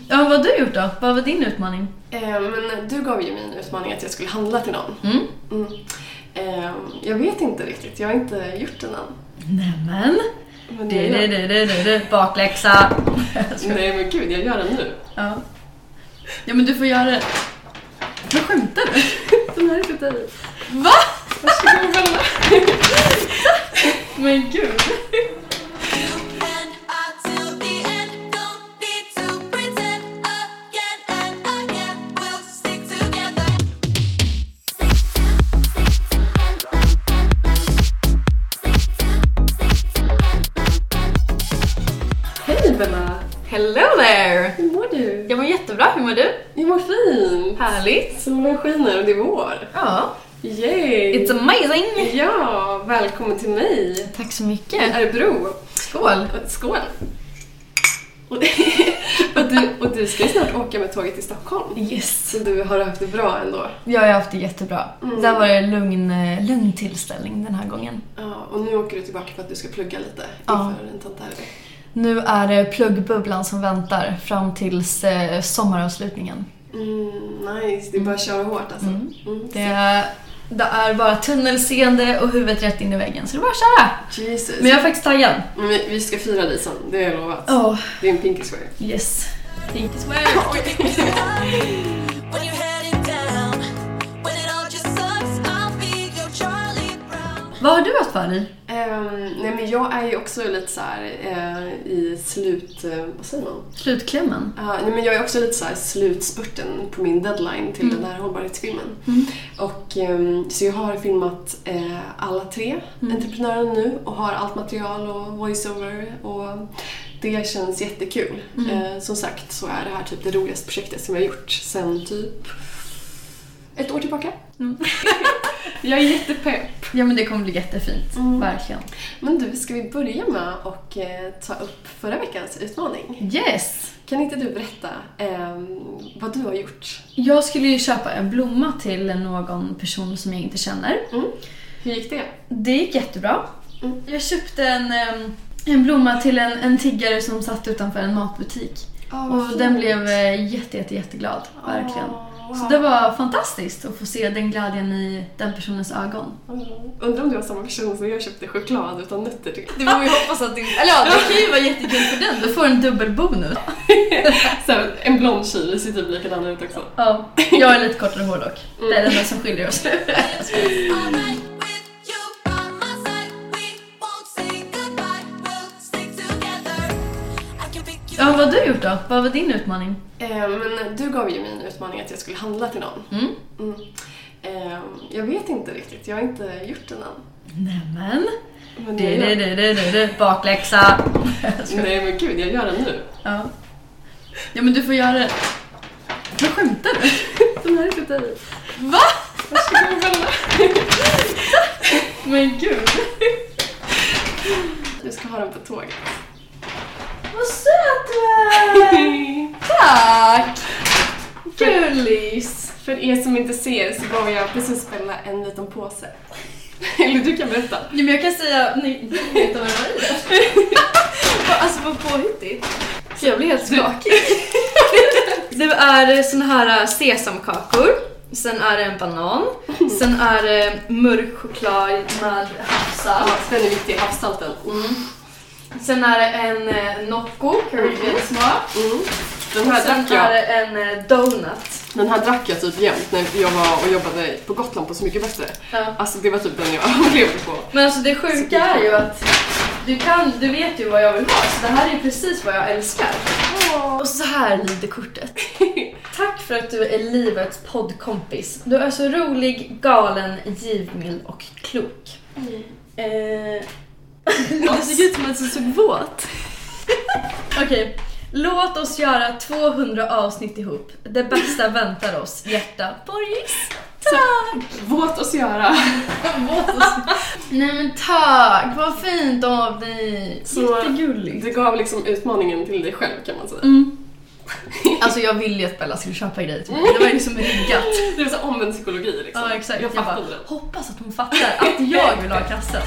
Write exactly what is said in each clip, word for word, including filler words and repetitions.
Ja, vad har du gjort då? Vad var din utmaning? Eh, men du gav ju mig en utmaning att jag skulle handla till någon. Mm. Mm. Eh, jag vet inte riktigt, jag har inte gjort den än. Nämen. Men Det, jag det, gör- det, det, det, det. Bakläxa. Nej men gud, jag gör den nu. Ja. Ja, men du får göra det. Vad skämtar du? Den här är för dig. Va? Varsågod Bella. Men gud. Hej Bella. Hello there. Hur mår du? Jag mår jättebra, hur mår du? Jag mår fint. Härligt. Solen skiner och det är vår. Ja. Yay! It's amazing. Ja, välkommen till mig. Tack så mycket. Örebro. Skål. Skål. Och, och, du, och du ska ju snart åka med tåget till Stockholm. Yes. Så du har haft det bra ändå. Ja, jag har haft det jättebra. Mm. Där var det lugn, lugn tillställning den här gången. Ja, och nu åker du tillbaka för att du ska plugga lite Ja. inför en sånt här. Nu är det pluggbubblan som väntar fram tills eh, sommaravslutningen. Mm, nice, det är bara att köra hårt alltså. Mm. Mm. Det är, det är bara tunnelseende och huvudet rätt in i väggen, så det är bara att köra. Jesus. Men jag är faktiskt taggad. Men vi, vi ska fira dig sen, det har jag lovat. Oh, Det är en pinky swear. yes. Pinky swear. Vad har du haft för dig? Um, nej men jag är ju också lite så här uh, i slut... Uh, vad säger man? Slutklämmen. Uh, nej men jag är också lite så här slutspurten på min deadline till Mm. den här hållbarhetsfilmen. Mm. Och um, så jag har filmat uh, alla tre Mm. entreprenörerna nu och har allt material och voiceover och det känns jättekul. Mm. Uh, som sagt så är det här typ det roligaste projektet som jag har gjort sen typ ett år tillbaka. Mm. Jag är jättepepp. Ja, men det kommer bli jättefint. Mm. Verkligen. Men du, ska vi börja med att eh, ta upp förra veckans utmaning? Yes! Kan inte du berätta eh, vad du har gjort? Jag skulle ju köpa en blomma till någon person som jag inte känner. Mm. Hur gick det? Det gick jättebra. Mm. Jag köpte en, em, en blomma till en, en tiggare som satt utanför en matbutik. Oh, Och den blev eh, jätte, jätte, jätteglad. Verkligen. Oh, wow. Så det var fantastiskt att få se den glädjen i den personens ögon. Mm. Undrar om det var samma person som jag köpte choklad utan nötter till. Det var ju hoppas att det... Eller ja, det kan ju vara jättekul för den. Du får en dubbelbonus. Så här, en blond tjej, det ser typ likadan ut också. Ja, jag är lite kortare hår dock. Det är det enda som skiljer oss. Ja, vad har du gjort då? Vad var din utmaning? Eh, men du gav ju mig en utmaning att jag skulle handla till någon. Mm. Mm. Eh, jag vet inte riktigt, jag har inte gjort den än. Nämen. Men Det, jag det, gör- det, det, det, det. Bakläxa. Nej men gud, jag gör den nu. Ja. Ja, men du får göra det. Vad skämtar du? Den här är för dig. Va? Varsågod Bella. Men gud. Du ska ha den på tåget. Vad söt du är. Tack. Gullis. För er som inte ser så gav jag precis Bella en liten påse. Eller du kan berätta. Ja, men jag kan säga, ni vet vad det var i det. Alltså vad påhittigt. Jag blir helt skakig. Det är såna här sesamkakor. Sen är det en banan. Sen är det mörk choklad med havssalt. Ja, den är viktig, havssalten. Mm. Sen är det en eh, Nocco, currygräddsmak. Mm. Den här Sen drack är det jag. en eh, donut. Den här drack jag typ jämt när jag var och jobbade på Gotland på Så mycket bättre. Ja. Alltså det var typ den jag levde på. Men alltså det sjuka är ju att du, kan, du vet ju vad jag vill ha. Så det här är ju precis vad jag älskar. Och så här lyder kortet. Tack för att du är livets poddkompis. Du är så rolig, galen, givmild och klok. Mm. Eh... Det såg ut som att du såg våt. Okej, låt oss göra tvåhundra avsnitt ihop. Det bästa väntar oss, hjärta. Boris, tack! Våt oss göra. Våt oss. Nej men tack, vad fint av dig. Så jättegulligt. Du gav liksom utmaningen till dig själv kan man säga. Mm. Alltså jag ville ju att Bella skulle köpa grejer till mig. Det var liksom riggat. Det var så omvänd psykologi liksom. Ja exakt, Jag jag fattade bara, det. hoppas att hon fattar att jag vill ha kassen.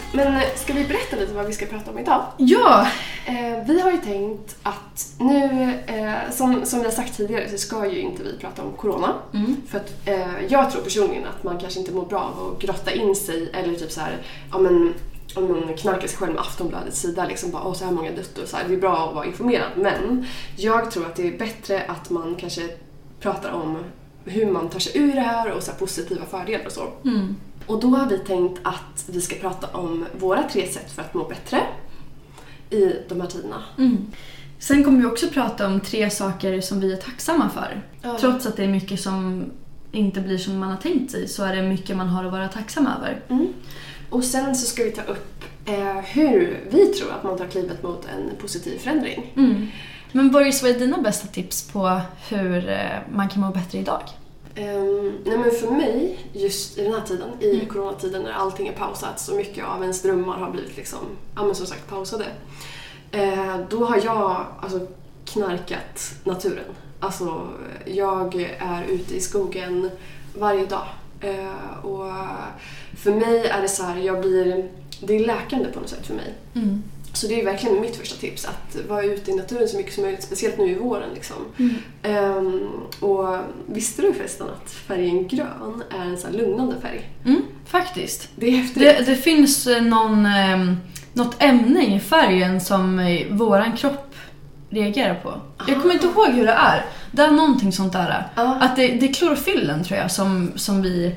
Men ska vi berätta lite vad vi ska prata om idag? Ja! Eh, vi har ju tänkt att nu, eh, som, som vi har sagt tidigare, så ska ju inte vi prata om corona. Mm. För att eh, jag tror personligen att man kanske inte mår bra av att grotta in sig eller typ så här, ja men om man knarkar sig själv med Aftonbladets sida liksom bara, åh så här många dött och så här, det är bra att vara informerad. Men jag tror att det är bättre att man kanske pratar om hur man tar sig ur det här och så här positiva fördelar och så. Mm. Och då har vi tänkt att vi ska prata om våra tre sätt för att må bättre i de här tiderna. Mm. Sen kommer vi också prata om tre saker som vi är tacksamma för. Ja. Trots att det är mycket som inte blir som man har tänkt sig, så är det mycket man har att vara tacksam över. Mm. Och sen så ska vi ta upp eh, hur vi tror att man tar klivet mot en positiv förändring. Mm. Men Boris, vad är dina bästa tips på hur eh, man kan må bättre idag? Um, nej men för mig, just i den här tiden, i Mm. coronatiden när allting är pausat, så mycket av ens drömmar har blivit liksom, ja men som sagt pausade. Eh, då har jag alltså knarkat naturen. Alltså jag är ute i skogen varje dag. Eh, och för mig är det så här, jag blir, det är läkande på något sätt för mig. Mm. Så det är verkligen mitt första tips, att vara ute i naturen så mycket som möjligt, speciellt nu i våren liksom. Mm. Um, och visste du förresten att färgen grön är en så här lugnande färg? Mm, faktiskt. Det är häftigt. Det, det finns eh, någon, eh, något ämne i färgen som eh, våran kropp reagerar på. Jag kommer inte ihåg hur det är. Det är någonting sånt där. Ah. Att det, det är klorofyllen, tror jag, som, som vi...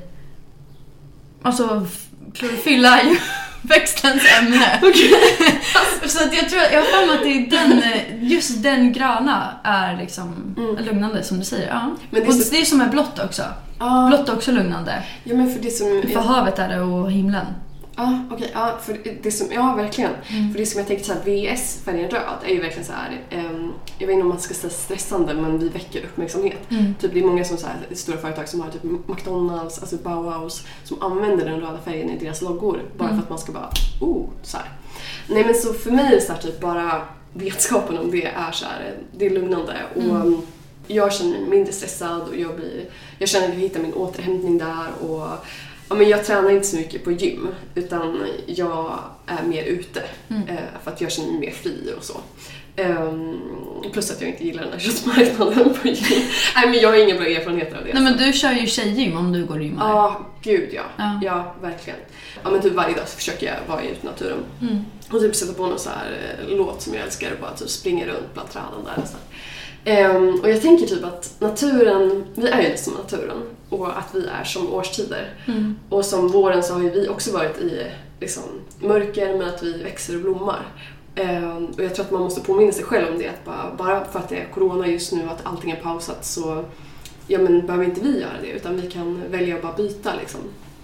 Alltså, klorofylla är ju växtens ämne. Okay. Så att jag tror, jag har för mig att det är den, just den gröna är liksom Mm. lugnande, som du säger. Ja. Men det är och så- det är som är blått också. Ah. Blått är också lugnande. Ja, men för det som... För havet är det och himlen. Ja, okej. Ja, för det som... Ja, verkligen. Mm. För det som jag tänkte så här, V S, färgen röd, är ju verkligen så här... Um, jag vet inte om man ska säga stressande, men vi väcker uppmärksamhet. Mm. Typ det är många som så här, stora företag som har typ McDonalds, alltså Bauhaus, som använder den röda färgen i deras loggor bara Mm. för att man ska bara, oh, så här. Nej, men så för mig är det så här, typ bara vetskapen om det är så här, det är lugnande. Och Mm. um, jag känner mig mindre stressad och jag blir, jag känner att jag hittar min återhämtning där. Och ja, men jag tränar inte så mycket på gym, utan jag är mer ute. Mm. eh, för att jag känner mig mer fri och så. Um, plus att jag inte gillar den här köttmarknaden på gym. Nej, men jag har inga bra erfarenheter av det. Nej, men så. du kör ju tjejgym om du går och gymmar. Ja, gud ja. Ja. Ja, verkligen. Ja, men typ varje dag så försöker jag vara ute i naturen. Mm. Och typ sätta på någon så här eh, låt som jag älskar och bara typ springa runt bland träden där och så här. Ehm, och jag tänker typ att naturen, vi är ju lite som naturen och att vi är som årstider. Mm. Och som våren så har ju vi också varit i liksom, mörker, men att vi växer och blommar. Ehm, och jag tror att man måste påminna sig själv om det, att bara, bara för att det är corona just nu, att allting är pausat, så ja, men behöver inte vi göra det, utan vi kan välja att bara byta liksom.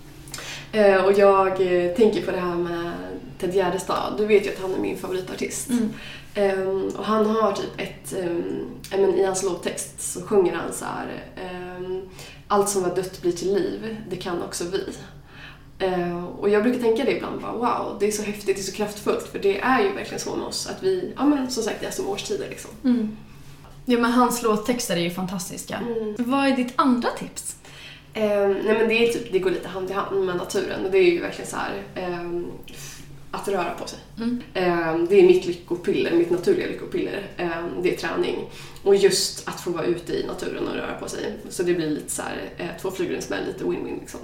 Ehm, och jag eh, tänker på det här med Ted Gärdestad. Du vet ju att han är min favoritartist. Mm. Um, och han har typ ett, um, men i hans låttext så sjunger han så här: um, allt som var dött blir till liv, det kan också vi. Uh, och jag brukar tänka det ibland, bara, wow, det är så häftigt, det är så kraftfullt, för det är ju verkligen så med oss, att vi, ja men som sagt, det är som årstider liksom. Mm. Ja, men hans låttexter är ju fantastiska. Mm. Vad är ditt andra tips? Um, nej men det är typ, det går lite hand i hand med naturen, och det är ju verkligen så här. Um, att röra på sig. Mm. Det är mitt lyckopiller, mitt naturliga lyckopiller. Det är träning. Och just att få vara ute i naturen och röra på sig. Så det blir lite så här, två flugor i en smäll, lite win-win liksom.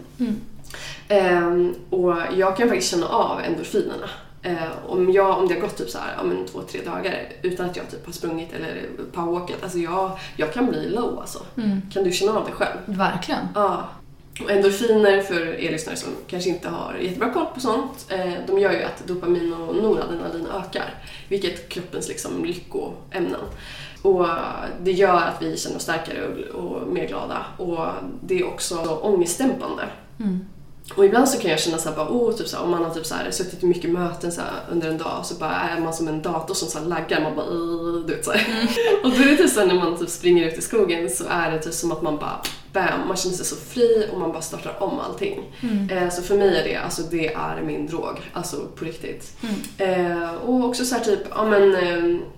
Mm. Och jag kan faktiskt känna av endorfinerna. Om, jag, om det har gått typ så här, ja, men två, tre dagar utan att jag typ har sprungit eller powerwalkat. Alltså jag, jag kan bli low alltså. Mm. Kan du känna av det själv? Verkligen. Ja. Och endorfiner, för er lyssnare som kanske inte har jättebra koll på sånt, de gör ju att dopamin och noradrenalin ökar, vilket kroppens liksom lyckoämnen. Och det gör att vi känner oss starkare och, och mer glada, och det är också ångestdämpande. Mm. Och ibland så kan jag känna så här, bara, oh, typ så här, om man har typ så här, suttit i mycket möten så här, under en dag, så bara är man som en dator som så här, laggar, man bara, du vet så här. Mm. Och då är det typ så här, när man typ springer ut i skogen, så är det typ som att man bara, bam, man känner sig så fri och man bara startar om allting. Mm. Eh, så för mig är det, alltså det är min drog, alltså på riktigt. Mm. Eh, och också så här typ, ja men, eh,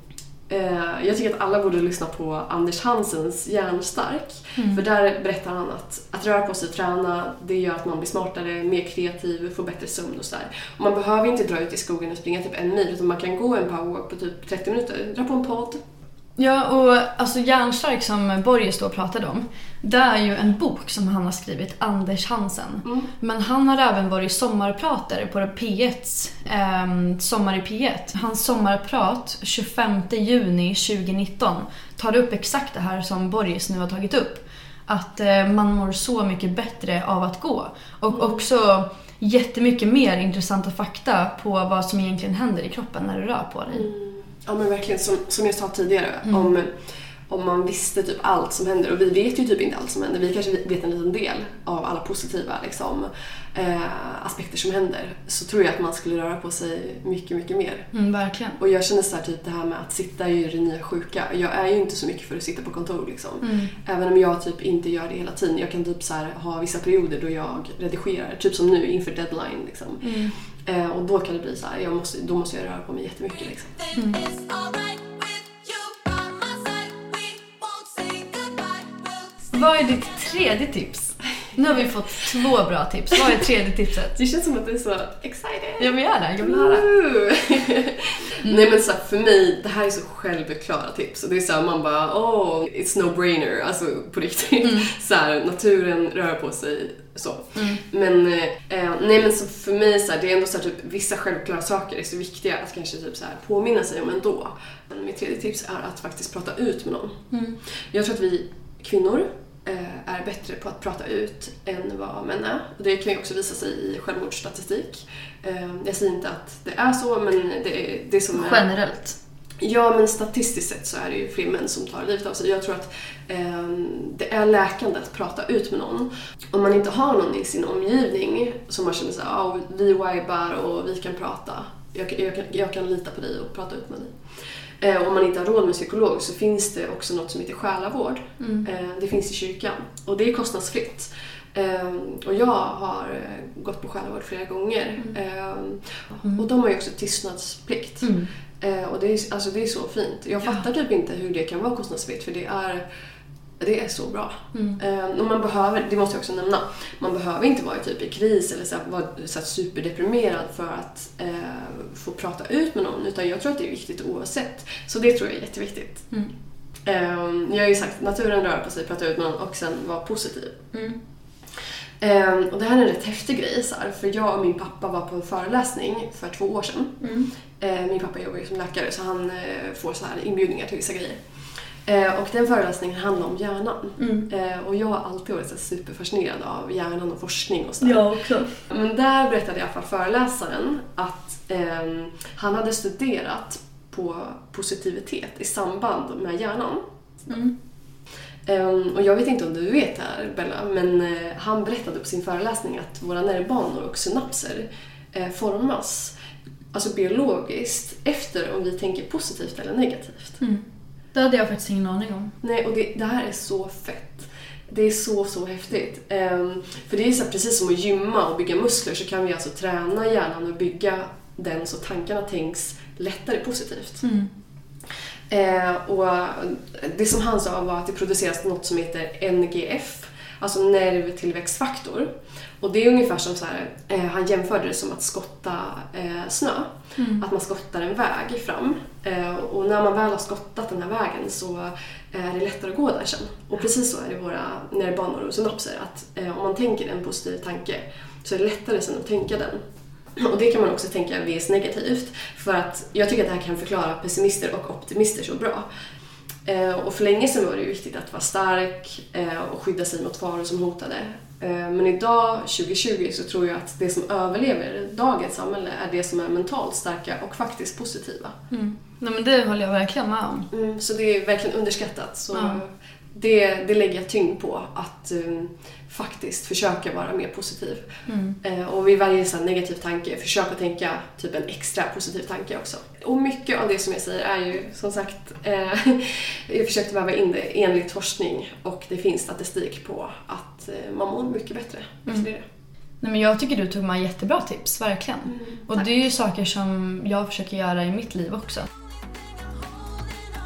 Jag tycker att alla borde lyssna på Anders Hansens Hjärnstark. Mm. För där berättar han att att röra på sig och träna, det gör att man blir smartare, mer kreativ, får bättre sömn och sådär. Och man behöver inte dra ut i skogen och springa typ en mil, utan man kan gå en powerwalk på typ trettio minuter, dra på en podd. Ja, och alltså Hjärnstark som Borges då pratade om, det är ju en bok som han har skrivit, Anders Hansen. Mm. Men han har även varit sommarprater på P ett, eh, Sommar i P ett. Hans sommarprat tjugofemte juni tjugonitton tar upp exakt det här som Borges nu har tagit upp. Att eh, man mår så mycket bättre av att gå. Och mm. också jättemycket mer intressanta fakta på vad som egentligen händer i kroppen när du rör på dig. Mm. Ja, men verkligen, som, som jag sa tidigare, mm. om, om man visste typ allt som händer, och vi vet ju typ inte allt som händer, vi kanske vet en liten del av alla positiva liksom, eh, aspekter som händer, så tror jag att man skulle röra på sig mycket, mycket mer. Mm, verkligen. Och jag känner så här, typ det här med att sitta i det nya sjuka, jag är ju inte så mycket för att sitta på kontor liksom. Mm. Även om jag typ inte gör det hela tiden, jag kan typ så här, ha vissa perioder då jag redigerar, typ som nu inför deadline liksom. Mm. Eh, och då kan det bli så här, jag måste, då måste jag röra på mig jättemycket liksom. Mm. Vad är ditt tredje tips? Nu har vi fått två bra tips. Vad är tredje tipset? Det känns som att du är så excited. Jag vill göra det, jag vill höra. Mm. Nej, men så här, för mig, det här är så självklara tips. Och det är så här, man bara, oh, it's no brainer. Alltså på riktigt. Mm. Så här, naturen rör på sig så. Mm. Men, eh, nej, men så för mig, så här, det är ändå så här, typ, vissa självklara saker är så viktiga att kanske typ, så här, påminna sig om ändå. Men mitt tredje tips är att faktiskt prata ut med någon. Mm. Jag tror att vi kvinnor är bättre på att prata ut än vad män är. Och det kan ju också visa sig i självmordsstatistik. Jag säger inte att det är så, men det är det som är... Generellt? Ja, men statistiskt sett så är det ju fler män som tar livet av sig. Jag tror att eh, det är läkande att prata ut med någon. Om man inte har någon i sin omgivning som man känner så här, oh, vi vibar och vi kan prata. Jag, jag, kan, jag kan lita på dig och prata ut med dig. Eh, om man inte har råd med psykolog så finns det också något som heter själavård. Mm. Eh, det finns i kyrkan och det är kostnadsfritt. Eh, och jag har eh, gått på själavård flera gånger. Mm. Eh, mm. Och de har ju också tystnadsplikt. Mm. Eh, och det är, alltså, det är så fint. Jag ja. fattar typ inte hur det kan vara kostnadsfritt, för det är... Det är så bra. Mm. Eh, och man behöver, det måste jag också nämna, man behöver inte vara typ i kris eller så här, vara så här superdeprimerad för att eh, få prata ut med någon, utan jag tror att det är viktigt oavsett. Så det tror jag är jätteviktigt. Mm. Eh, jag har ju sagt naturen rör på sig, prata ut med någon och sen vara positiv. Mm. Eh, och det här är en rätt häftig grej så här, för jag och min pappa var på en föreläsning för två år sedan. Mm. Eh, min pappa jobbar ju som läkare så han eh, får så här inbjudningar till vissa grejer. Eh, och den föreläsningen handlar om hjärnan. Mm. Eh, och jag har alltid varit så superfascinerad av hjärnan och forskning och sådär. Jag också. Men där berättade i alla fall föreläsaren att eh, han hade studerat på positivitet i samband med hjärnan. Mm. Eh, och jag vet inte om du vet här, Bella, men eh, han berättade på sin föreläsning att våra nervbanor och synapser eh, formas alltså biologiskt efter om vi tänker positivt eller negativt. Mm. Det hade jag faktiskt ingen aning om. Nej, och det, det här är så fett. Det är så, så häftigt. Um, för det är så precis som att gymma och bygga muskler, så kan vi alltså träna hjärnan och bygga den så tankarna tänks lättare positivt. Mm. Uh, och det som han sa var att det produceras något som heter N G F, alltså nervtillväxtfaktor. Och det är ungefär som så här, eh, han jämförde det som att skotta eh, snö. Mm. Att man skottar en väg fram. Eh, och när man väl har skottat den här vägen så eh, är det lättare att gå där sen. Och precis så är det våra nervbanor och synapser. Att eh, om man tänker en positiv tanke så är det lättare sen att tänka den. Och det kan man också tänka vis negativt. För att jag tycker att det här kan förklara pessimister och optimister så bra. Eh, och för länge sedan var det ju viktigt att vara stark eh, och skydda sig mot faror som hotade. Eh, men idag, tjugo tjugo, så tror jag att det som överlever dagens samhälle är det som är mentalt starka och faktiskt positiva. Mm. Nej, men det håller jag verkligen med om. Mm, så det är verkligen underskattat. Så ja. det, det lägger jag tyngd på att um, faktiskt försöka vara mer positiv. Mm. Eh, och vid varje så här negativ tanke försöka tänka typ en extra positiv tanke också. Och mycket av det som jag säger är ju som sagt, eh, jag försökte väva in det enligt forskning, och det finns statistik på att eh, man mår mycket bättre efter mm. det. Nej, men jag tycker du tog med jättebra tips, verkligen. Mm, och det är ju saker som jag försöker göra i mitt liv också.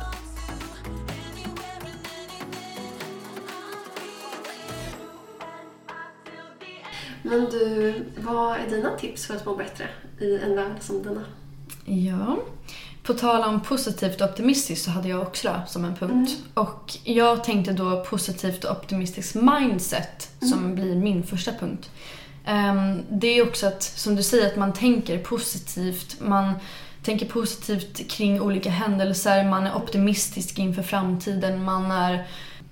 Men du, vad är dina tips för att må bättre i en värld som denna? Ja, på tal om positivt och optimistiskt så hade jag också det som en punkt. Mm. Och jag tänkte då positivt och optimistiskt mindset som Mm. blir min första punkt. Um, det är också att, som du säger, att man tänker positivt. Man tänker positivt kring olika händelser. Man är optimistisk inför framtiden. Man är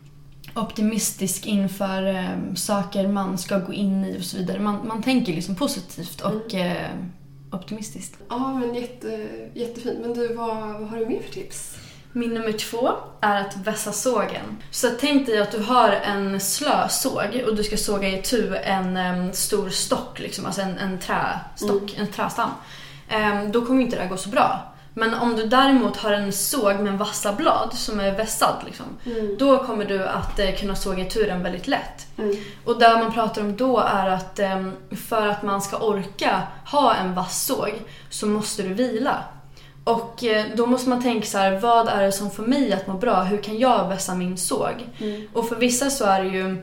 optimistisk inför um, saker man ska gå in i och så vidare. Man, man tänker liksom positivt och mm. uh, optimistiskt. Ja, men jätte, jättefint. Men du, vad, vad har du mer för tips? Min nummer två är att vässa sågen. Så tänk dig att du har en slösåg och du ska såga i tu en um, stor stock, liksom, alltså en, en trästock, mm. en trästam. Um, då kommer inte det här gå så bra. Men om du däremot har en såg med en vassa blad som är vässad, liksom, mm. då kommer du att uh, kunna såga i tu den väldigt lätt. Mm. Och det man pratar om då är att um, för att man ska orka ha en vass såg så måste du vila. Och då måste man tänka så här: vad är det som får mig att må bra? Hur kan jag vässa min såg? Mm. Och för vissa så är det ju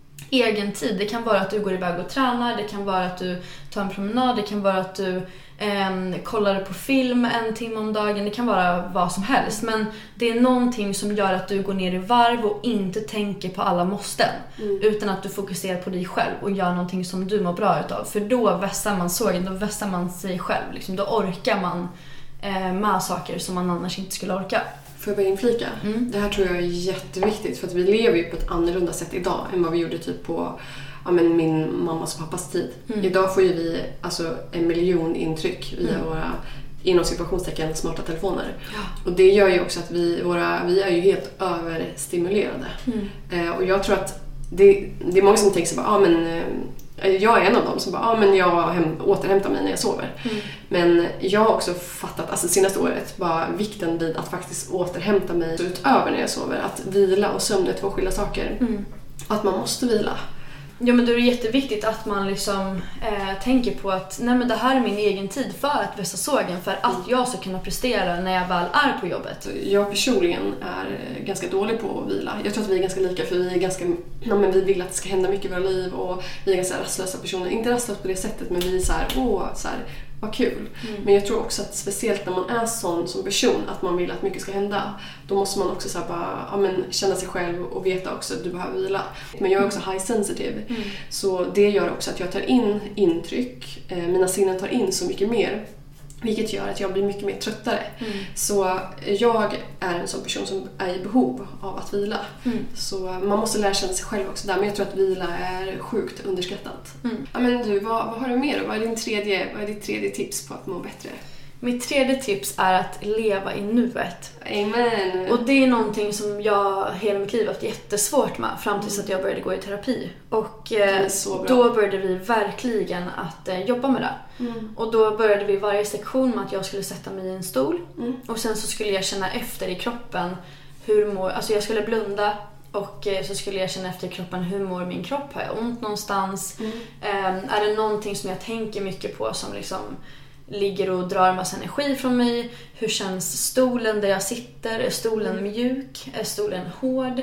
egen tid. Det kan vara att du går iväg och tränar. Det kan vara att du tar en promenad. Det kan vara att du eh, kollar på film en timme om dagen. Det kan vara vad som helst. Men det är någonting som gör att du går ner i varv och inte tänker på alla måsten. Mm. Utan att du fokuserar på dig själv och gör någonting som du mår bra utav. För då vässar man sågen. Då vässar man sig själv. Liksom, då orkar man med saker som man annars inte skulle orka. Får jag bara inflika? Mm. Det här tror jag är jätteviktigt, för att vi lever ju på ett annorlunda sätt idag än vad vi gjorde typ på ja, men min mammas och pappas tid. Mm. Idag får ju vi alltså en miljon intryck via mm. våra, inom situationstecken, smarta telefoner. Ja. Och det gör ju också att vi, våra, vi är ju helt överstimulerade. Mm. Eh, och jag tror att det, det är många som tänker så bara, ah, men eh, jag är en av dem som bara, ja ah, men jag hem, återhämtar mig när jag sover. Mm. Men jag har också fattat, alltså senaste året, bara vikten vid att faktiskt återhämta mig utöver när jag sover. Att vila och sömn är två skilda saker. Mm. Att man måste vila. Ja, men då är det jätteviktigt att man liksom eh, tänker på att nej, men det här är min egen tid för att vässa sågen, för att jag ska kunna prestera när jag väl är på jobbet. Jag personligen är ganska dålig på att vila. Jag tror att vi är ganska lika, för vi är ganska, ja, men vi vill att det ska hända mycket i våra liv och vi är ganska rastlösa personer. Inte rastlösa på det sättet, men vi är så här, åh, så här, vad kul. Mm. Men jag tror också att speciellt när man är sån som person, att man vill att mycket ska hända, då måste man också så här bara, ja, men, känna sig själv och veta också att du behöver vila. Men jag är också high sensitive, mm. så det gör också att jag tar in intryck, eh, mina sinnen tar in så mycket mer, vilket gör att jag blir mycket mer tröttare. Mm. Så jag är en sån person som är i behov av att vila. Mm. Så man måste lära känna sig själv också där. Men jag tror att vila är sjukt underskattat. Mm. Ja, men du, vad, vad har du mer? Vad är, din tredje, vad är ditt tredje tips på att må bättre? Mitt tredje tips är att leva i nuet. Amen. Och det är någonting som jag hela mitt liv haft jättesvårt med fram tills mm. att jag började gå i terapi. Och eh, då började vi verkligen att eh, jobba med det. Mm. Och då började vi varje sektion med att jag skulle sätta mig i en stol. Mm. Och sen så skulle jag känna efter i kroppen hur mår, alltså jag skulle blunda. Och eh, så skulle jag känna efter i kroppen, hur mår min kropp? Har jag ont någonstans? Mm. Eh, är det någonting som jag tänker mycket på som liksom ligger och drar massa energi från mig? Hur känns stolen där jag sitter? Är stolen mjuk? Är stolen hård?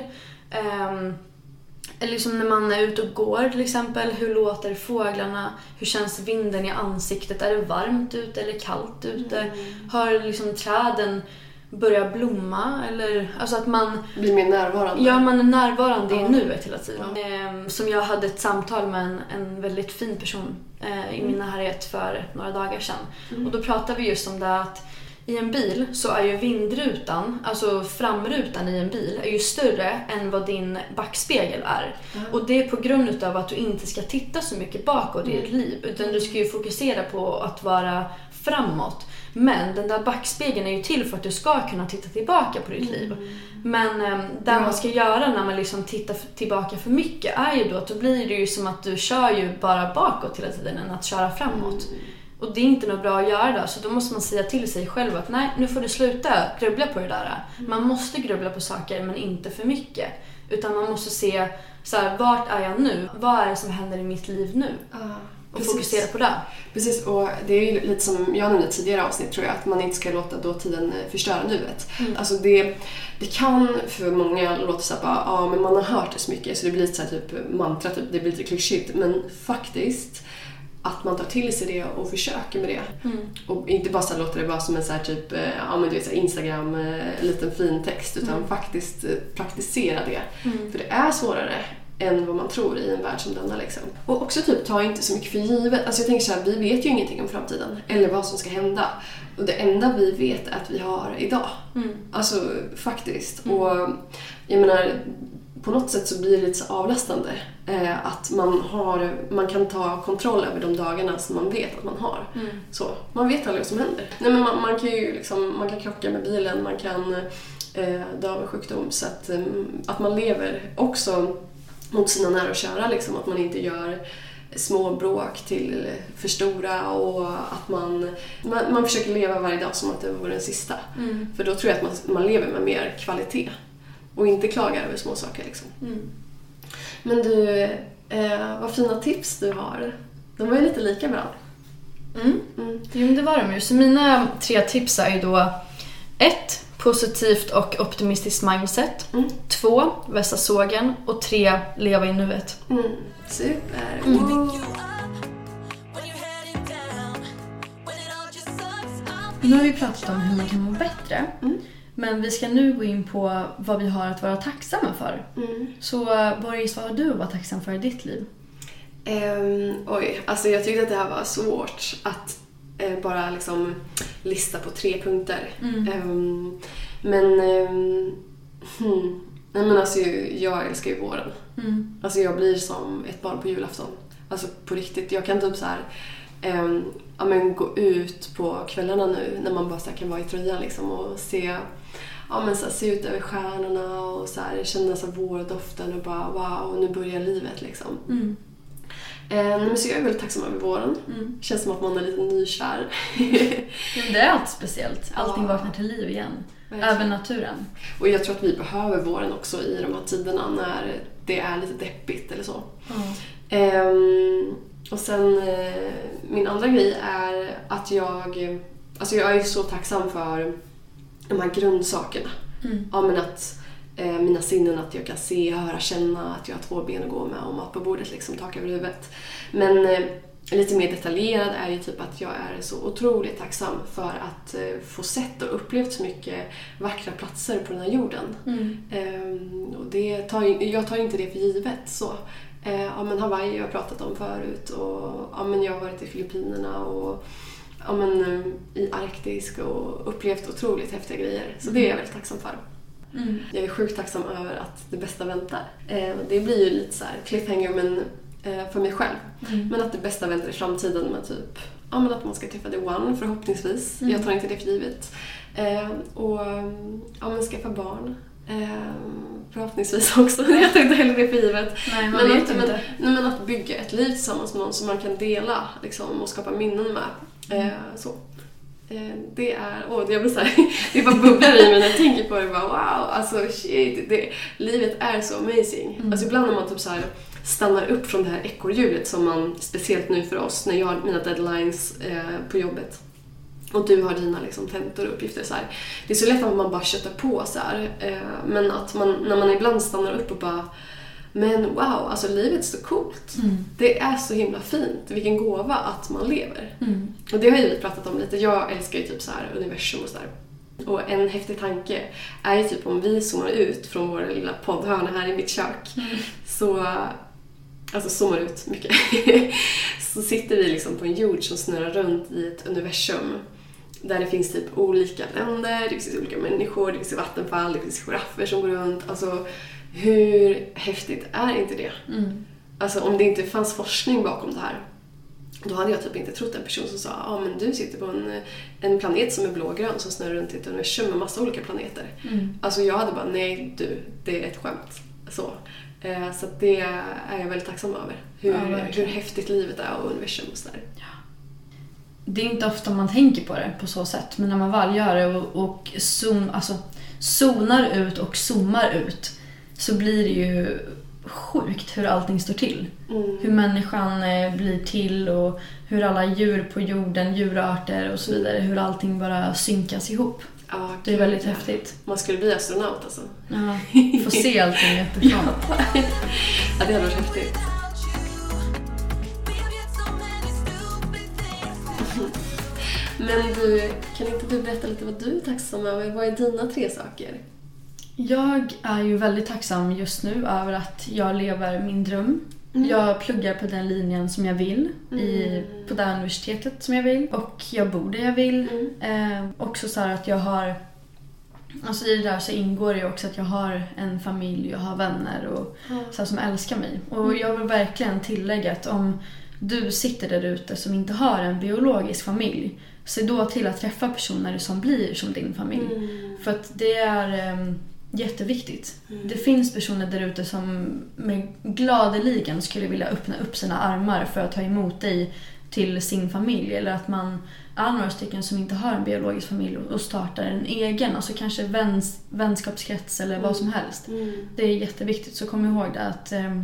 Um, eller liksom när man är ute och går till exempel, hur låter fåglarna? Hur känns vinden i ansiktet? Är det varmt ute eller kallt ute? Mm. Har liksom träden börjat blomma? Eller, alltså att man blir mer närvarande. Ja, man är närvarande mm. i nuet hela tiden. Mm. Som jag hade ett samtal med en, en väldigt fin person eh, i min närhet för några dagar sedan. Mm. Och då pratade vi just om det att i en bil så är ju vindrutan, alltså framrutan i en bil, är ju större än vad din backspegel är. Mm. Och det är på grund av att du inte ska titta så mycket bakåt mm. i ditt liv, utan du ska ju fokusera på att vara framåt. Men den där backspegeln är ju till för att du ska kunna titta tillbaka på ditt mm. liv. Men äm, det ja. man ska göra när man liksom tittar f- tillbaka för mycket är ju då att då blir det ju som att du kör ju bara bakåt hela tiden än att köra framåt. Mm. Och det är inte något bra att göra då, så då måste man säga till sig själv att nej, nu får du sluta grubbla på det där. Mm. Man måste grubbla på saker, men inte för mycket. Utan man måste se så här, vart är jag nu? Vad är det som händer i mitt liv nu? Uh. och fokusera på det. Precis, och det är ju lite som jag nämnde tidigare avsnitt tror jag, att man inte ska låta dåtiden förstöra nuet. Mm. Alltså det, det kan för många låta så här bara, ja men man har hört det så mycket så det blir lite så här typ mantra, typ, det blir lite klyschigt, men faktiskt att man tar till sig det och försöker med det. Mm. Och inte bara så här, låter det bara som en så här typ, ja men du vet så här Instagram, en liten fin text, utan mm. faktiskt praktisera det. Mm. För det är svårare än vad man tror i en värld som denna liksom. Och också typ ta inte så mycket för givet. Alltså jag tänker så här, vi vet ju ingenting om framtiden eller vad som ska hända. Och det enda vi vet är att vi har idag. Mm. Alltså faktiskt. Mm. Och jag menar, på något sätt så blir det lite så avlastande eh, att man har, man kan ta kontroll över de dagarna som man vet att man har. Mm. Så man vet aldrig vad som händer. Nej, men man, man kan ju liksom, man kan krocka med bilen, man kan eh, dö av sjukdom, så att eh, att man lever också mot sina nära och kära liksom, att man inte gör små bråk till för stora, och att man, man, man försöker leva varje dag som att det vore den sista. Mm. För då tror jag att man, man lever med mer kvalitet och inte klagar över små saker liksom. Mm. Men du, eh, vad fina tips du har. De var ju lite lika bra. Mm. Mm. Jo, det var de ju. Så mina tre tips är ju då ett, positivt och optimistiskt mindset. Mm. Två, vässa sågen. Och tre, leva i nuet. Mm. Super. Mm. Nu har vi pratat om hur man kan må bättre. Mm. Men vi ska nu gå in på vad vi har att vara tacksamma för. Mm. Så Boris, vad har du att vara tacksam för i ditt liv? Um, oj, alltså jag tyckte att det här var svårt att uh, bara liksom lista på tre punkter. Mm. Um, men, um, hmm, nej men alltså jag älskar ju våren. Mm. Alltså jag blir som ett barn på julafton. Alltså på riktigt, jag kan typ så här um, ja, men gå ut på kvällarna nu när man bara så här kan vara i tröjan liksom och se, ja, men så här, se ut över stjärnorna och så här, känna så här vårdoften och bara wow, nu börjar livet liksom. Mm. Eh, men så jag är väldigt tacksam över våren. Mm. Känns som att man är lite nykär. Det är allt speciellt. Allting ja. vaknar till liv igen. Verkligen. Även naturen. Och jag tror att vi behöver våren också i de här tiderna när det är lite deppigt eller så. Mm. Eh, och sen eh, min andra grej är att jag, alltså jag är så tacksam för de här grundsakerna. Mm. Ja, men att eh, mina sinnen, att jag kan se, höra, känna, att jag har två ben att gå med och mat på bordet, liksom, tak över huvudet. Men eh, lite mer detaljerad är ju typ att jag är så otroligt tacksam för att eh, få sett och upplevt så mycket vackra platser på den här jorden. Mm. Eh, och det tar, jag tar inte det för givet så. Eh, ja, men Hawaii har jag pratat om förut, och ja, men jag har varit i Filippinerna och ja, men, i Arktis och upplevt otroligt häftiga grejer. Så det är jag väldigt tacksam för. Mm. Jag är sjukt tacksam över att det bästa väntar. Eh, det blir ju lite så här cliffhanger men, eh, för mig själv. Mm. Men att det bästa väntar i framtiden med typ ja, men att man ska träffa the one förhoppningsvis. Mm. Jag tar inte det för givet. Eh, och ja, men skaffa barn. Eh, förhoppningsvis också. Jag tar inte heller det för givet. Nej, man men, vet att, inte. Men, men att bygga ett liv tillsammans med någon som man kan dela liksom, och skapa minnen med. Eh, så. Eh, det är, åh, jag blir så här, det bara bubblar i mig när jag tänker på det. Bara, wow, alltså shit, det, livet är så amazing. Mm. Alltså ibland när man typ så här stannar upp från det här ekorrhjulet som man, speciellt nu för oss, när jag har mina deadlines eh, på jobbet. Och du har dina liksom, tentor och uppgifter. Så här. Det är så lätt att man bara köttar på. Så här. Eh, men att man, när man ibland stannar upp och bara men wow, alltså livet är så coolt. Mm. Det är så himla fint. Vilken gåva att man lever. Mm. Och det har ju vi pratat om lite. Jag älskar ju typ så här universum och så där. Och en häftig tanke är ju typ om vi zoomar ut från vår lilla poddhörna här i mitt kök. Mm. Så, alltså zoomar ut mycket. Så sitter vi liksom på en jord som snurrar runt i ett universum. Där det finns typ olika länder, det finns olika människor, det finns vattenfall, det finns giraffer som går runt. Alltså hur häftigt är inte det? Mm. Alltså om det inte fanns forskning bakom det här, då hade jag typ inte trott en person som sa ja ah, men du sitter på en, en planet som är blågrön som snurrar runt i ett universum med massa olika planeter. Mm. Alltså jag hade bara nej du, det är ett skämt. Så, eh, så det är jag väldigt tacksam över. Hur, ja, hur häftigt livet är och universum och sådär. Ja. Det är inte ofta man tänker på det på så sätt, men när man väl gör det och, och zoom, alltså, zonar ut och zoomar ut så blir det ju sjukt hur allting står till. Mm. Hur människan eh, blir till och hur alla djur på jorden, djurarter och så vidare, hur allting bara synkas ihop. Ja, det är väldigt ja. häftigt. Man skulle bli astronaut alltså. Ja, få se allting uppifrån. Ja. Ja, det hade varit häftigt. Men du, kan inte du berätta lite vad du är tacksam över? Vad är dina tre saker? Jag är ju väldigt tacksam just nu över att jag lever min dröm. Mm. Jag pluggar på den linjen som jag vill, mm. i, på det universitetet som jag vill. Och jag bor där jag vill. Mm. Eh, också så här att jag har... Alltså i det där så ingår det ju också att jag har en familj, jag har vänner och mm. så här, som älskar mig. Och mm. jag vill verkligen tillägga att om du sitter där ute som inte har en biologisk familj, se då till att träffa personer som blir som din familj. Mm. För att det är eh, jätteviktigt. Mm. Det finns personer där ute som med gladeligen skulle vilja öppna upp sina armar för att ta emot dig till sin familj. Eller att man är några stycken som inte har en biologisk familj och startar en egen, alltså kanske väns, vänskapskrets eller mm. vad som helst. Mm. Det är jätteviktigt, så kom ihåg det att eh,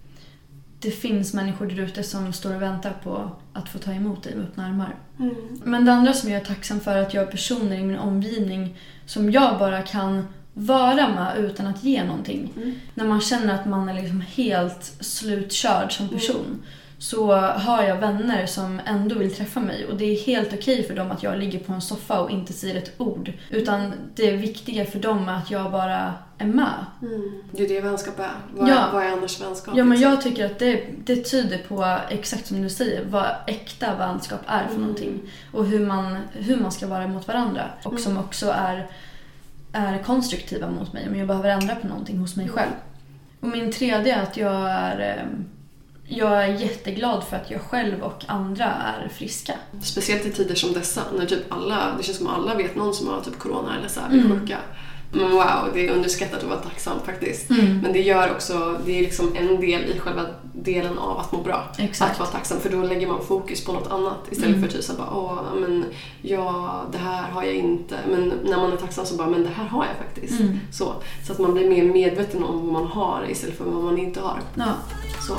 det finns människor där ute som står och väntar på att få ta emot dig med öppna armar. Mm. Men det andra som jag är tacksam för är att jag har personer i min omgivning som jag bara kan vara med utan att ge någonting. Mm. När man känner att man är liksom helt slutkörd som person. Mm. Så har jag vänner som ändå vill träffa mig. Och det är helt okej för dem att jag ligger på en soffa och inte säger ett ord. Utan det viktiga för dem är att jag bara är med. Mm. Det är det vänskap är. Vad, ja. vad är annars vänskap? Ja, men jag tycker att det, det tyder på, exakt som du säger, vad äkta vänskap är för mm. någonting. Och hur man, hur man ska vara mot varandra. Och mm. som också är, är konstruktiva mot mig. Om jag behöver ändra på någonting hos mig själv. Och min tredje är att jag är... Jag är jätteglad för att jag själv och andra är friska. Speciellt i tider som dessa, när typ alla, det känns som alla vet någon som har typ corona eller så här, mm. sjuka. Men wow, det är underskattat att vara tacksam faktiskt. Mm. Men det gör också, det är liksom en del i själva delen av att må bra. Exakt. Att vara tacksam, för då lägger man fokus på något annat istället mm. för att bara, åh, men ja, det här har jag inte. Men när man är tacksam så bara, men det här har jag faktiskt. Mm. Så, så att man blir mer medveten om vad man har istället för vad man inte har. Ja. Så.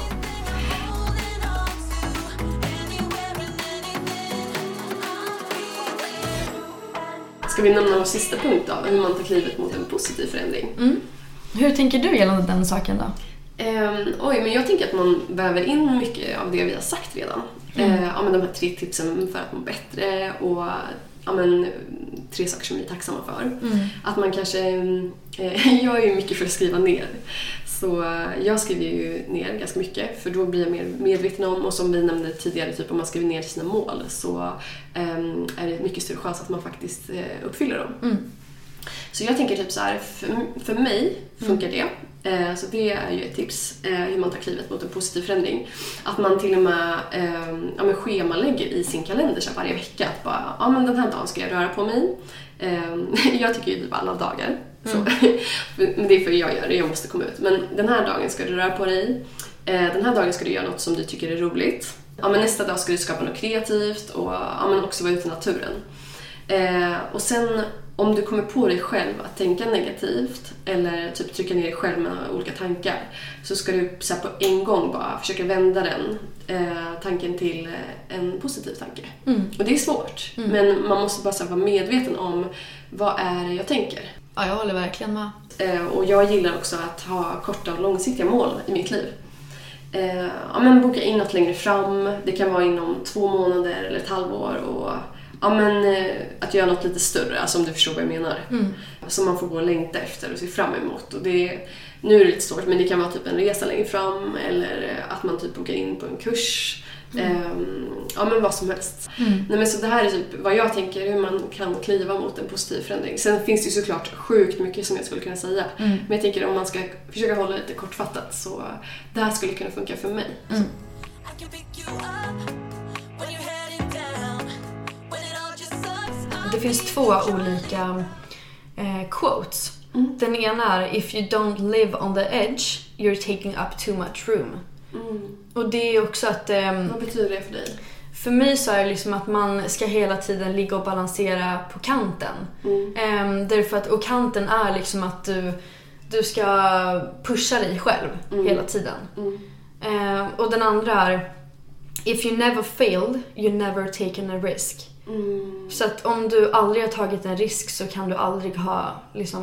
Ska vi nämna vår sista punkt då? Hur man tar klivet mot en positiv förändring. Mm. Hur tänker du gällande den saken då? Um, oj, men jag tänker att man väver in mycket av det vi har sagt redan. Mm. Uh, ja, men de här tre tipsen för att må bättre och ja, men, tre saker som vi är tacksamma för. Mm. Att man kanske... Uh, jag är ju mycket för att skriva ner. Så jag skriver ju ner ganska mycket, för då blir jag mer medveten om, och som vi nämnde tidigare, typ om man skriver ner sina mål så um, är det mycket större chans att man faktiskt uh, uppfyller dem. Mm. Så jag tänker typ så här, för, för mig funkar mm. det. Uh, så det är ju ett tips uh, hur man tar klivet mot en positiv förändring. Att man till och med uh, ja, men schemalägger i sin kalender så varje vecka att bara, ja men den här dagen ska jag röra på mig. Uh, jag tycker ju typ alla dagar. Så. Mm. Men det är för jag gör det, jag måste komma ut. Men den här dagen ska du röra på dig. Den här dagen ska du göra något som du tycker är roligt. Ja, men nästa dag ska du skapa något kreativt och ja, men också vara ute i naturen. Och sen om du kommer på dig själv att tänka negativt eller typ trycka ner dig själv med olika tankar, så ska du så här, på en gång bara försöka vända den eh, tanken till en positiv tanke. Mm. Och det är svårt, mm. men man måste bara så här, vara medveten om vad är det jag tänker. Ja, jag håller verkligen med. Eh, och jag gillar också att ha korta och långsiktiga mål i mitt liv. Eh, ja, men boka in något längre fram. Det kan vara inom två månader eller ett halvår. Och ja, men, eh, att göra något lite större, alltså om du förstår vad jag menar. Mm. Som man får gå och längta efter och se fram emot. Och det, nu är det lite svårt, men det kan vara typ en resa längre fram. Eller att man typ bokar in på en kurs. Mm. Ja, men vad som helst. Mm. Nej, men så det här är typ vad jag tänker, hur man kan kliva mot en positiv förändring. Sen finns det ju såklart sjukt mycket som jag skulle kunna säga. Mm. Men jag tänker om man ska försöka hålla lite kortfattat, så det här skulle kunna funka för mig. Mm. Det finns två olika eh, quotes. Mm. Den ena är: if you don't live on the edge, you're taking up too much room. Mm. Och det är också att... Um, Vad betyder det för dig? För mig så är det liksom att man ska hela tiden ligga och balansera på kanten. Mm. Um, därför att, och kanten är liksom att du, du ska pusha dig själv mm. hela tiden. Mm. Eh, och den andra är if you never failed, you never taken a risk. Mm. Så att om du aldrig har tagit en risk så kan du aldrig ha liksom,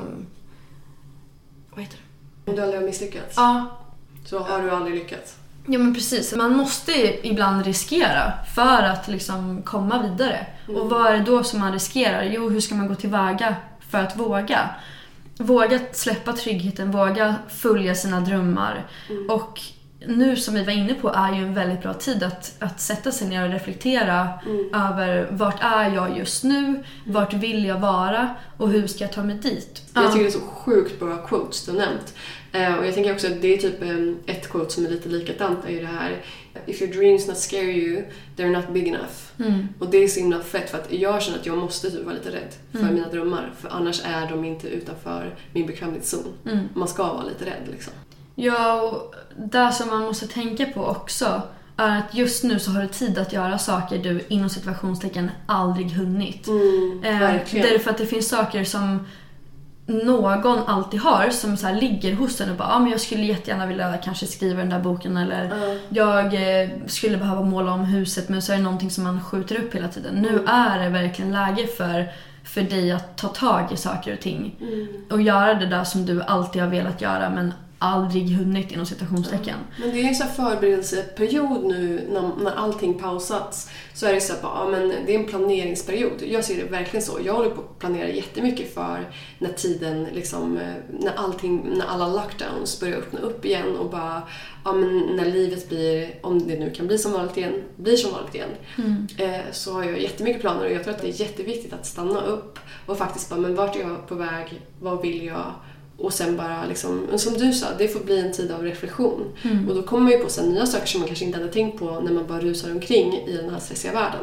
vad heter det? Om du aldrig har misslyckats. Ja. Så har du aldrig lyckats. Ja men precis, man måste ibland riskera för att liksom komma vidare. Mm. Och vad är det då som man riskerar? Jo, hur ska man gå tillväga för att våga? Våga släppa tryggheten, våga följa sina drömmar. Mm. Och nu som vi var inne på är ju en väldigt bra tid att, att sätta sig ner och reflektera mm. över vart är jag just nu, vart vill jag vara och hur ska jag ta mig dit. Jag tycker det är så sjukt bra quotes du har nämnt. Uh, och jag tänker också att det är typ um, ett quote som är lite likadant är ju det här: if your dreams not scare you, they're not big enough. Mm. Och det är så himla fett för att jag känner att jag måste typ vara lite rädd för mm. mina drömmar, för annars är de inte utanför min bekvämlighetszon. Mm. Man ska vara lite rädd liksom. Ja, och det som man måste tänka på också är att just nu så har du tid att göra saker du inom situationstecken aldrig hunnit. Mm, verkligen. Eh, därför att det finns saker som någon alltid har som så här ligger hos en och bara, ah, men jag skulle jättegärna vilja kanske skriva den där boken eller mm. jag eh, skulle behöva måla om huset, men så är det någonting som man skjuter upp hela tiden. Mm. Nu är det verkligen läge för, för dig att ta tag i saker och ting mm. och göra det där som du alltid har velat göra men aldrig hunnit inom citationstecken. Ja. Men det är en sån här förberedelseperiod nu när, när allting pausats, så är det så här, bara, ja, men det är en planeringsperiod. Jag ser det verkligen så. Jag håller på att planera jättemycket för när tiden liksom, när allting, när alla lockdowns börjar öppna upp igen och bara, ja men när livet blir, om det nu kan bli som vanligt igen, blir som vanligt igen. Mm. Eh, så har jag jättemycket planer och jag tror att det är jätteviktigt att stanna upp och faktiskt bara, men vart är jag på väg? Vad vill jag? Och sen bara liksom, som du sa, det får bli en tid av reflektion. Mm. Och då kommer man ju på sig nya saker som man kanske inte hade tänkt på när man bara rusar omkring i den här stressiga världen.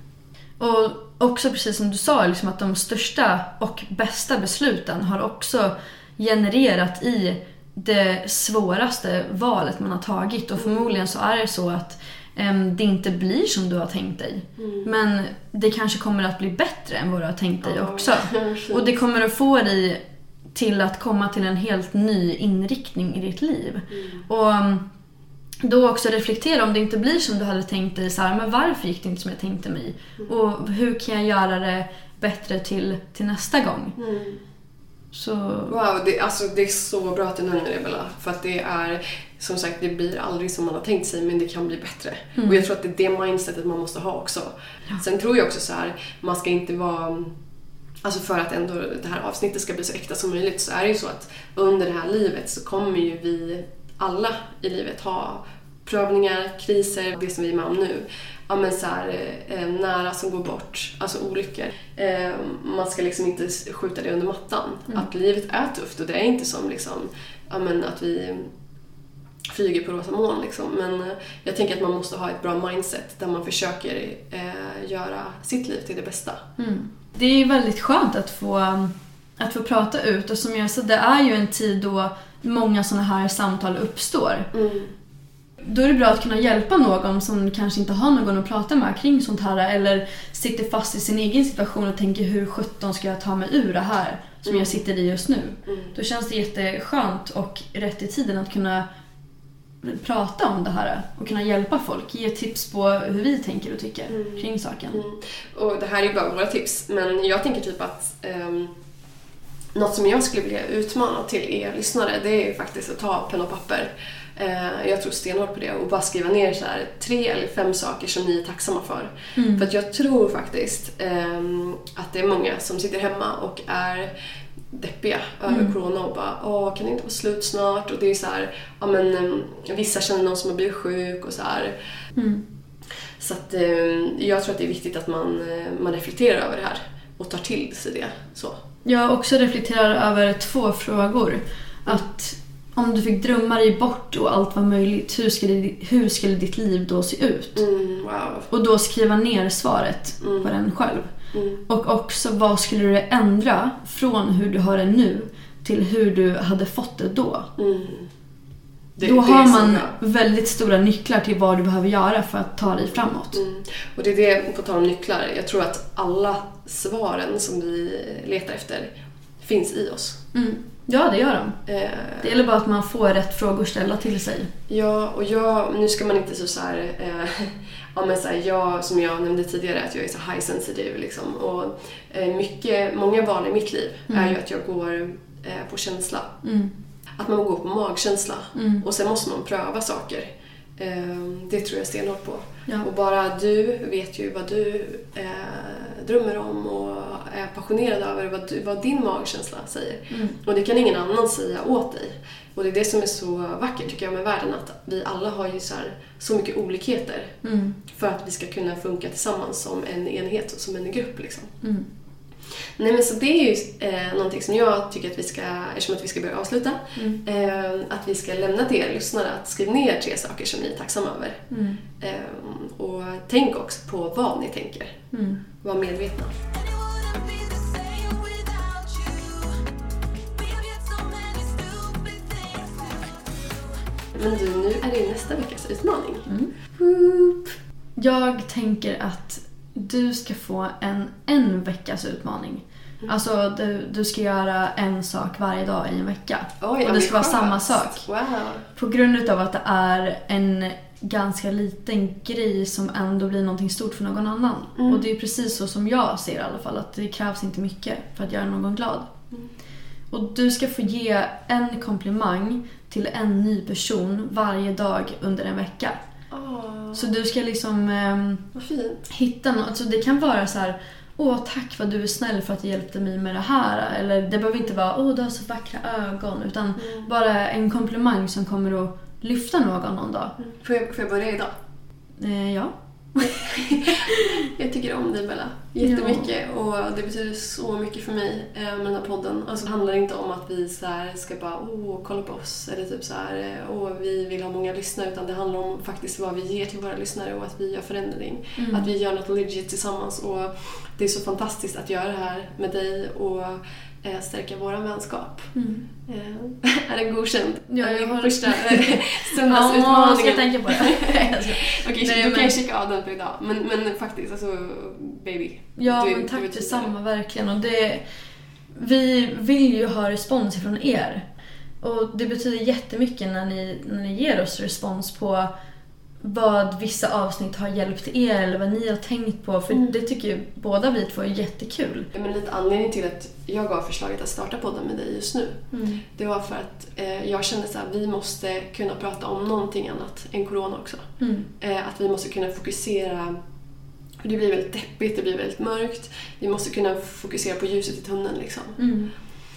Och också precis som du sa, liksom att de största och bästa besluten har också genererat i det svåraste valet man har tagit. Och förmodligen så är det så att um, det inte blir som du har tänkt dig. Mm. Men det kanske kommer att bli bättre än vad du har tänkt dig oh, också. Och det kommer att få dig till att komma till en helt ny inriktning i ditt liv. Mm. Och då också reflektera om det inte blir som du hade tänkt dig. Så här, men varför gick det inte som jag tänkte mig? Mm. Och hur kan jag göra det bättre till, till nästa gång? Mm. Så... Wow, det, alltså, det är så bra att du nämner det, Bella. För att det är, som sagt, det blir aldrig som man har tänkt sig, men det kan bli bättre. Mm. Och jag tror att det är det mindsetet man måste ha också. Ja. Sen tror jag också så här, man ska inte vara... Alltså för att ändå det här avsnittet ska bli så äkta som möjligt, så är det ju så att under det här livet så kommer ju vi alla i livet ha prövningar, kriser, det som vi är med om nu. Ja, men så här, eh, nära som går bort, alltså olyckor. Eh, man ska liksom inte skjuta det under mattan. Mm. Att livet är tufft och det är inte som liksom, ja, men att vi flyger på rosa moln liksom. Men eh, jag tänker att man måste ha ett bra mindset där man försöker eh, göra sitt liv till det bästa. Mm. Det är ju väldigt skönt att få, att få prata ut, och som jag sa, det är ju en tid då många sådana här samtal uppstår. Mm. Då är det bra att kunna hjälpa någon som kanske inte har någon att prata med kring sånt här, eller sitter fast i sin egen situation och tänker, hur sjutton ska jag ta mig ur det här som mm. jag sitter i just nu. Mm. Då känns det jätteskönt och rätt i tiden att kunna prata om det här och kunna hjälpa folk, ge tips på hur vi tänker och tycker mm. kring saken. Mm. Och det här är ju bara våra tips, men jag tänker typ att um, något som jag skulle vilja utmana till er lyssnare, det är faktiskt att ta penna och papper. Uh, jag tror stenhårt på det, och bara skriva ner så här tre eller fem saker som ni är tacksamma för. Mm. För att jag tror faktiskt um, att det är många som sitter hemma och är deppiga över mm. corona och bara, åh, kan det inte vara slut snart? Och det är så här, ja men um, vissa känner någon som har blivit sjuk och så här. Mm. Så att um, jag tror att det är viktigt att man, uh, man reflekterar över det här och tar till sig det. Så. Jag också reflekterar över två frågor. Mm. Att om du fick drömma dig bort och allt var möjligt, hur skulle, hur skulle ditt liv då se ut? Mm, wow. Och då skriva ner svaret mm. på den själv. Mm. Och också, vad skulle du ändra från hur du har det nu till hur du hade fått det då? Mm. Det, då det har man väldigt stora nycklar till vad du behöver göra för att ta dig framåt. Mm. Och det är det, på tal om nycklar, jag tror att alla svaren som vi letar efter finns i oss. Mm. Ja, det gör de. Eh, det gäller bara att man får rätt frågor ställa till sig. Ja, och jag, nu ska man inte så, så här, eh, ja men så här, jag, som jag nämnde tidigare, att jag är så high sensitive liksom. Och eh, mycket, många val i mitt liv mm. är ju att jag går eh, på känsla. Mm. Att man går på magkänsla. Mm. Och sen måste man pröva saker. Eh, det tror jag stenhårt på. Ja. Och bara du vet ju vad du eh, drömmer om och är passionerad över vad, du, vad din magkänsla säger. Mm. Och det kan ingen annan säga åt dig. Och det är det som är så vackert tycker jag med världen, att vi alla har ju så, här, så mycket olikheter mm. för att vi ska kunna funka tillsammans som en enhet och som en grupp liksom. Mm. Nej, men så det är ju eh, någonting som jag tycker att vi ska, eftersom att vi ska börja avsluta, mm. eh, att vi ska lämna till er lyssnare att skriva ner tre saker som ni är tacksamma över. Mm. Eh, och tänk också på vad ni tänker. Mm. Var medvetna. Men du, nu är det nästa veckas utmaning. Mm. Jag tänker att du ska få en en veckas utmaning. Mm. Alltså du, du ska göra en sak varje dag i en vecka. Oj, och det ska vara samma sak. Wow. På grund av att det är en ganska liten grej som ändå blir någonting stort för någon annan. Mm. Och det är precis så som jag ser i alla fall, att det krävs inte mycket för att göra någon glad. Mm. Och du ska få ge en komplimang till en ny person varje dag under en vecka. Oh. Så du ska liksom eh, hitta något. Alltså det kan vara så här: åh, tack vad du är snäll för att du hjälpte mig med det här. Eller det behöver inte vara, åh, du har så vackra ögon. Utan mm. bara en komplimang som kommer att lyfta någon någon dag. Mm. Får jag, får jag börja idag? Eh, ja. Jag tycker om dig, Bella, jättemycket. Ja. Och det betyder så mycket för mig med den här podden. Alltså det handlar inte om att vi så här ska bara, åh, kolla på oss, eller typ så här, åh, vi vill ha många lyssnare, utan det handlar om faktiskt vad vi ger till våra lyssnare och att vi gör förändring. Mm. Att vi gör något legit tillsammans, och det är så fantastiskt att göra det här med dig och eh, stärka våra vänskap. Mm. Eh, är den godkänd? Ja, jag har första söndagsutmaningen. Ja, ska jag tänka på det. Okej, okay, då kan jag checka av den för idag. Men, men faktiskt, alltså, baby. Ja, du, men tack detsamma, verkligen. Och det, vi vill ju ha respons från er. Och det betyder jättemycket när ni, när ni ger oss respons på vad vissa avsnitt har hjälpt er eller vad ni har tänkt på. För mm. det tycker ju båda vi två är jättekul. Men lite anledning till att jag gav förslaget att starta podden med dig just nu. Mm. Det var för att eh, jag kände att vi måste kunna prata om någonting annat än corona också. Mm. Eh, att vi måste kunna fokusera. För det blir väldigt deppigt, det blir väldigt mörkt. Vi måste kunna fokusera på ljuset i tunneln liksom. Mm.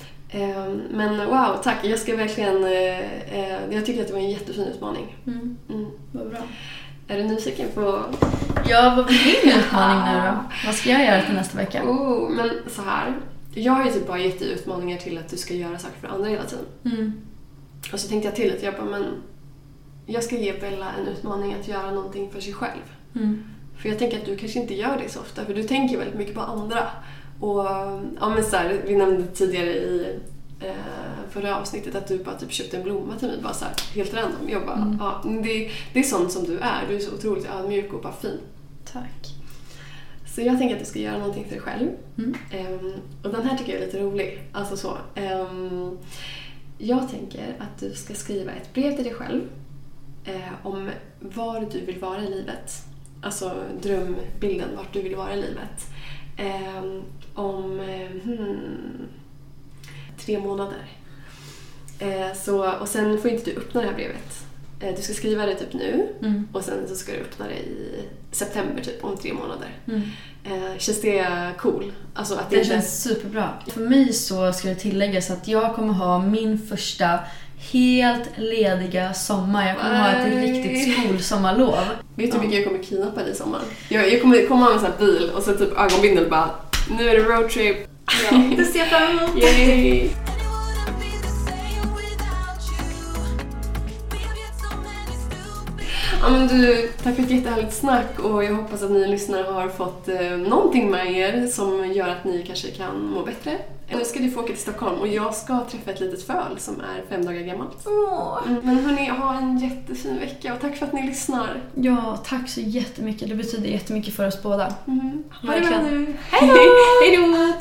Men wow, tack. Jag ska verkligen eh, jag tycker att det var en jättefin utmaning. Mm. Mm. Vad bra. Är du nyfiken på... Ja, vad blir din utmaning nu då? Vad ska jag göra till nästa vecka? Oh, men så här. Jag har ju typ bara gett dig utmaningar till att du ska göra saker för andra hela tiden. Mm. Och så tänkte jag till att jag bara, men jag ska ge Bella en utmaning att göra någonting för sig själv. Mm. För jag tänker att du kanske inte gör det så ofta, för du tänker väldigt mycket på andra. Och ja, men så här, vi nämnde tidigare i eh, förra avsnittet att du bara typ köpte en blomma till mig, bara så här, helt random. Jag bara, mm. ja, det, det är sånt som du är. Du är så otroligt ödmjuk och bara fin. Tack. Så jag tänker att du ska göra någonting för dig själv. Mm. Um, och den här tycker jag är lite rolig. Alltså så. Um, jag tänker att du ska skriva ett brev till dig själv uh, om var du vill vara i livet. Alltså drömbilden, vart du vill vara i livet. Um, om hmm, tre månader. Uh, så, och sen får inte du öppna det här brevet. Uh, du ska skriva det typ nu. Mm. Och sen så ska du öppna det i september typ, om tre månader. Mm. Uh, känns det cool? Alltså att det, det känns superbra. För mig så ska det tilläggas att jag kommer ha min första helt lediga sommar. Jag kommer Nej. ha ett riktigt skolsommarlov. Vet du vilka jag kommer kidnappa i sommar? Jag, jag kommer komma med en sån här bil och så typ ögonbindel bara, nu är det roadtrip. Ja, det ser jag fram emot. Yay! Ja, men du, tack för ett jättehärligt snack, och jag hoppas att ni lyssnare har fått eh, någonting med er som gör att ni kanske kan må bättre. Nu ska du få åka till Stockholm och jag ska träffa ett litet föl som är fem dagar gammalt. Åh. Mm, men hörni, ha en jättefin vecka och tack för att ni lyssnar. Ja, tack så jättemycket. Det betyder jättemycket för oss båda. Mm. Ha det bra nu. Hej då! Hej då!